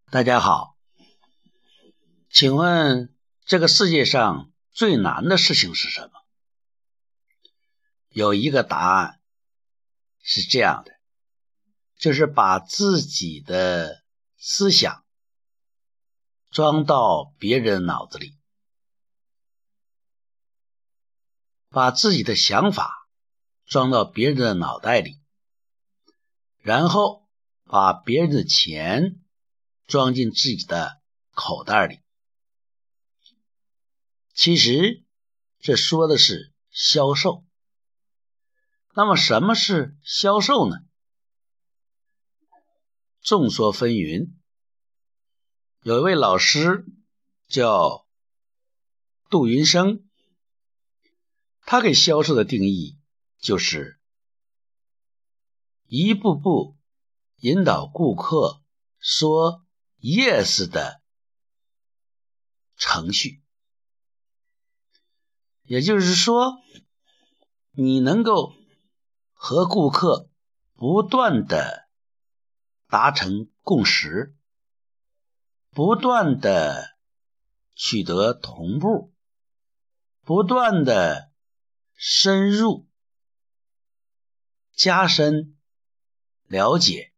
大家好，请问这个世界上最难的事情是什么？有一个答案是这样的，就是把自己的思想装到别人脑子里，把自己的想法装到别人的脑袋里，然后把别人的钱装进自己的口袋里。其实这说的是销售。那么什么是销售呢？众说纷纭。有一位老师叫杜云生，他给销售的定义就是一步步引导顾客说 yes 的程序。也就是说，你能够和顾客不断的达成共识，不断的取得同步，不断的深入加深了解，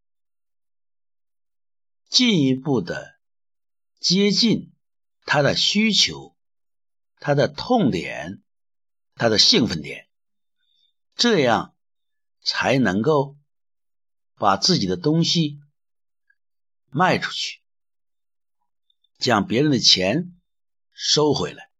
进一步的接近他的需求，他的痛点，他的兴奋点，这样才能够把自己的东西卖出去，将别人的钱收回来。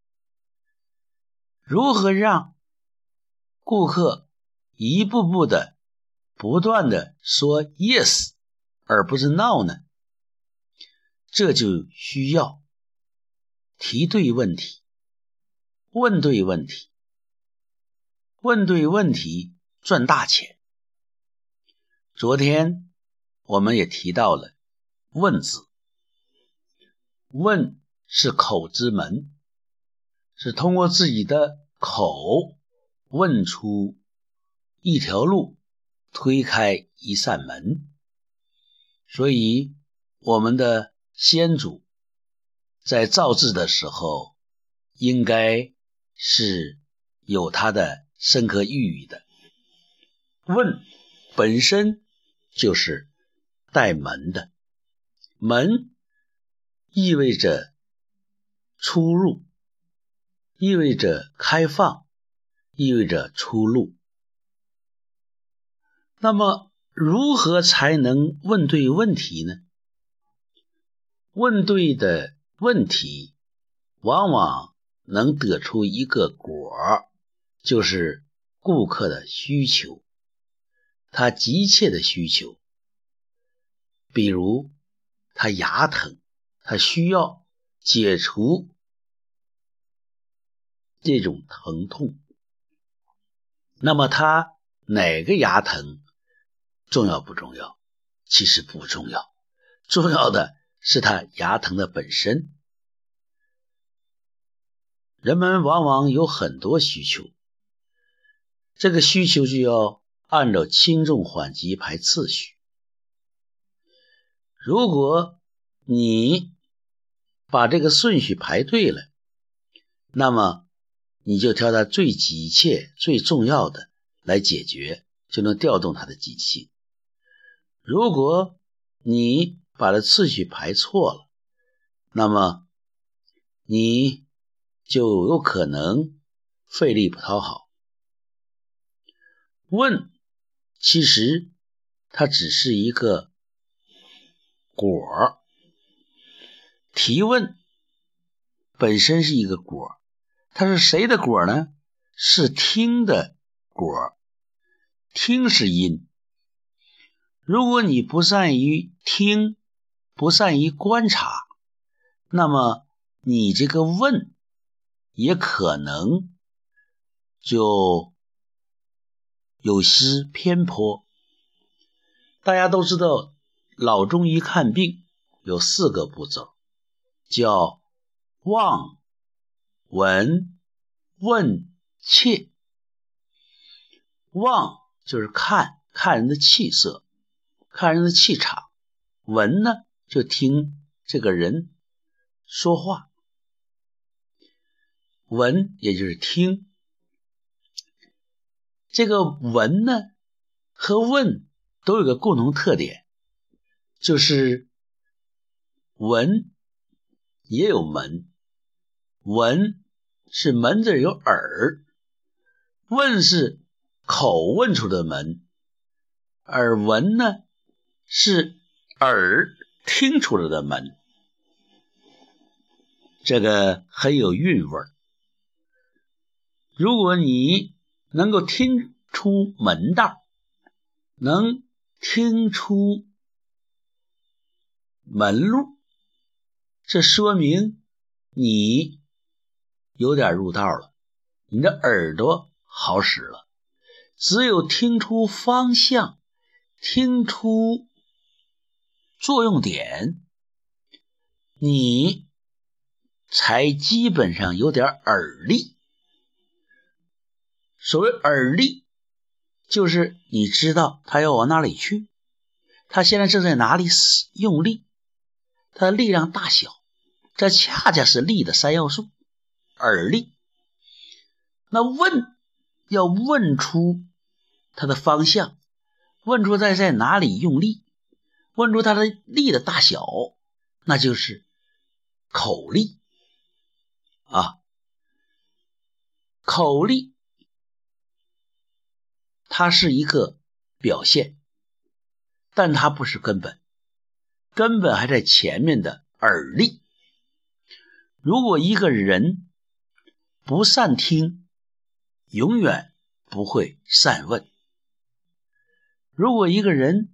如何让顾客一步步的不断的说 yes 而不是 no 呢？这就需要提对问题，问对问题，问对问题赚大钱。昨天我们也提到了问字，问是口之门，是通过自己的口问出一条路，推开一扇门。所以我们的先祖在造字的时候应该是有他的深刻寓意的。问本身就是带门的，门意味着出入，意味着开放，意味着出路。那么如何才能问对问题呢？问对的问题往往能得出一个果，就是顾客的需求，他急切的需求。比如他牙疼，他需要解除这种疼痛，那么他哪个牙疼重要不重要？其实不重要，重要的是他牙疼的本身。人们往往有很多需求，这个需求就要按照轻重缓急排次序。如果你把这个顺序排对了，那么你就挑它最急切最重要的来解决，就能调动它的机器。如果你把这次序排错了，那么你就有可能费力不讨好。问其实它只是一个果，提问本身是一个果，它是谁的果呢？是听的果，听是因。如果你不善于听，不善于观察，那么你这个问也可能就有失偏颇。大家都知道老中医看病有4个步骤，叫望、闻、问、切。望就是看人的气色，看人的气场。闻呢就听这个人说话，闻也就是听。这个闻呢和问都有个共同特点，就是闻也有门，闻是门字有耳，问是口问出的门，而闻呢是耳听出来的门，这个很有韵味。如果你能够听出门道，能听出门路，这说明你有点入道了，你的耳朵好使了。只有听出方向，听出作用点，你才基本上有点耳力。所谓耳力，就是你知道他要往哪里去，他现在正在哪里用力，他的力量大小，这恰恰是力的三要素，耳力。那问要问出他的方向，问出他在哪里用力，问出他的力的大小，那就是口力啊。口力它是一个表现，但它不是根本，根本还在前面的耳力。如果一个人不善听，永远不会善问。如果一个人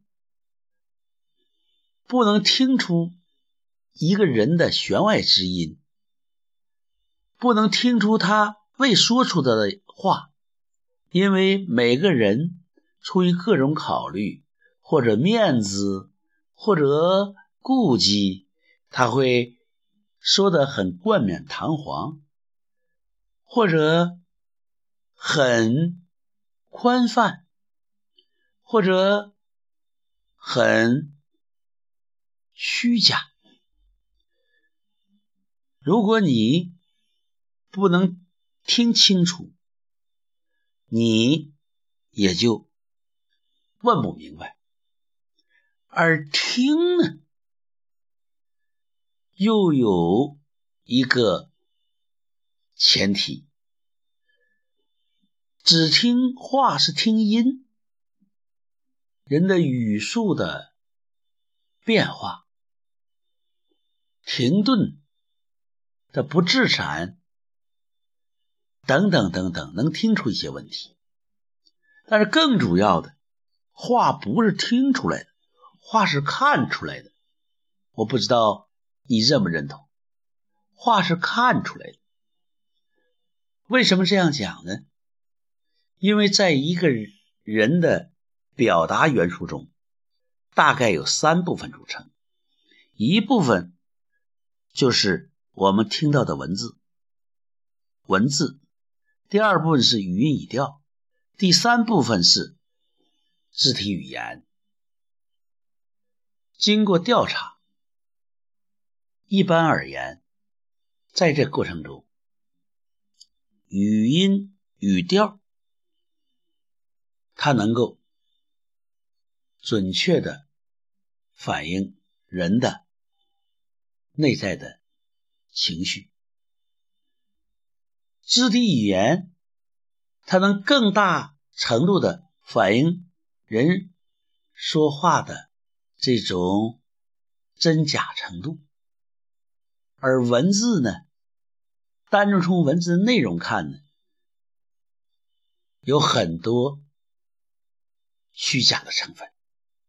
不能听出一个人的弦外之音，不能听出他未说出的话，因为每个人出于各种考虑，或者面子，或者顾忌，他会说得很冠冕堂皇，或者很宽泛，或者很虚假。如果你不能听清楚，你也就问不明白。而听呢，又有一个前提，只听话是听音，人的语速的变化，停顿的不自然等等等等，能听出一些问题。但是更主要的，话不是听出来的，话是看出来的。我不知道你认不认同，话是看出来的。为什么这样讲呢？因为在一个人的表达元素中，大概有3部分组成。一部分就是我们听到的文字，第二部分是语音语调，第3部分是肢体语言。经过调查，一般而言，在这过程中，语音语调它能够准确地反映人的内在的情绪。肢体语言它能更大程度地反映人说话的这种真假程度。而文字呢，单纯从文字内容看呢，有很多虚假的成分。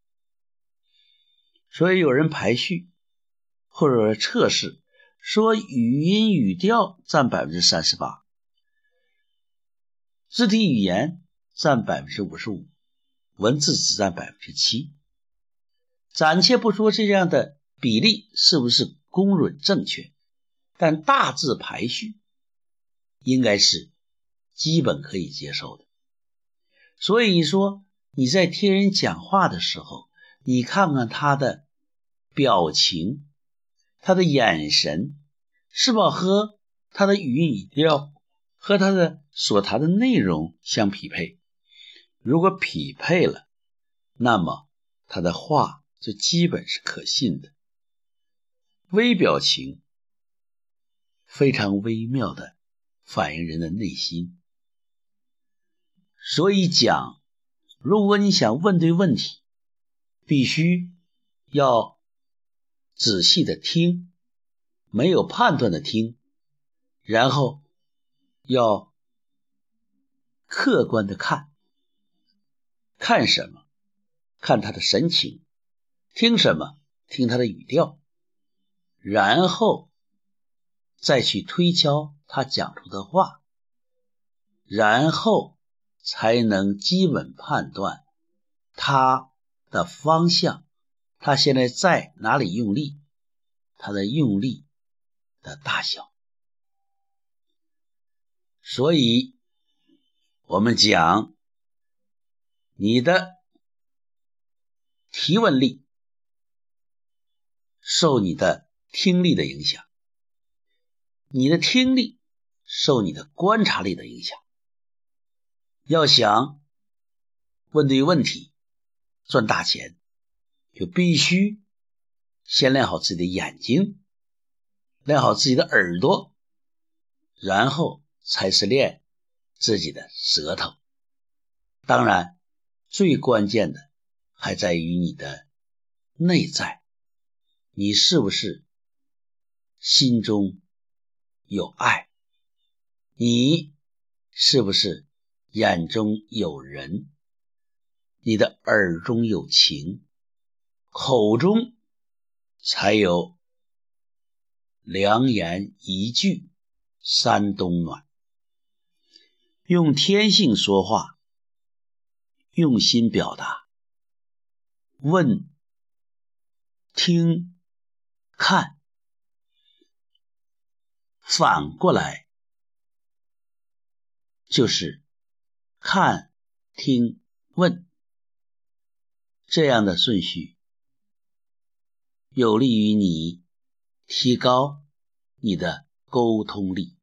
所以有人排序或者测试说，语音语调占 38%， 肢体语言占 55%， 文字只占 7%。 暂且不说这样的比例是不是公允正确，但大致排序应该是基本可以接受的。所以说你在听人讲话的时候，你看看他的表情，他的眼神是否和他的语音语调和他的所谈的内容相匹配。如果匹配了，那么他的话就基本是可信的。微表情非常微妙地反映人的内心，所以讲，如果你想问对问题，必须要仔细的听，没有判断的听，然后要客观的看。看什么？看他的神情。听什么？听他的语调。然后再去推敲他讲出的话，然后才能基本判断他的方向，他现在在哪里用力，他的用力的大小。所以我们讲，你的提问力受你的听力的影响，你的听力受你的观察力的影响。要想问对问题，赚大钱，就必须先练好自己的眼睛，练好自己的耳朵，然后才是练自己的舌头。当然，最关键的还在于你的内在，你是不是心中有爱？你是不是眼中有人？你的耳中有情，口中才有良言一句三冬暖。用天性说话，用心表达，问、听、看，反过来就是看、听、问，这样的顺序有利于你提高你的沟通力。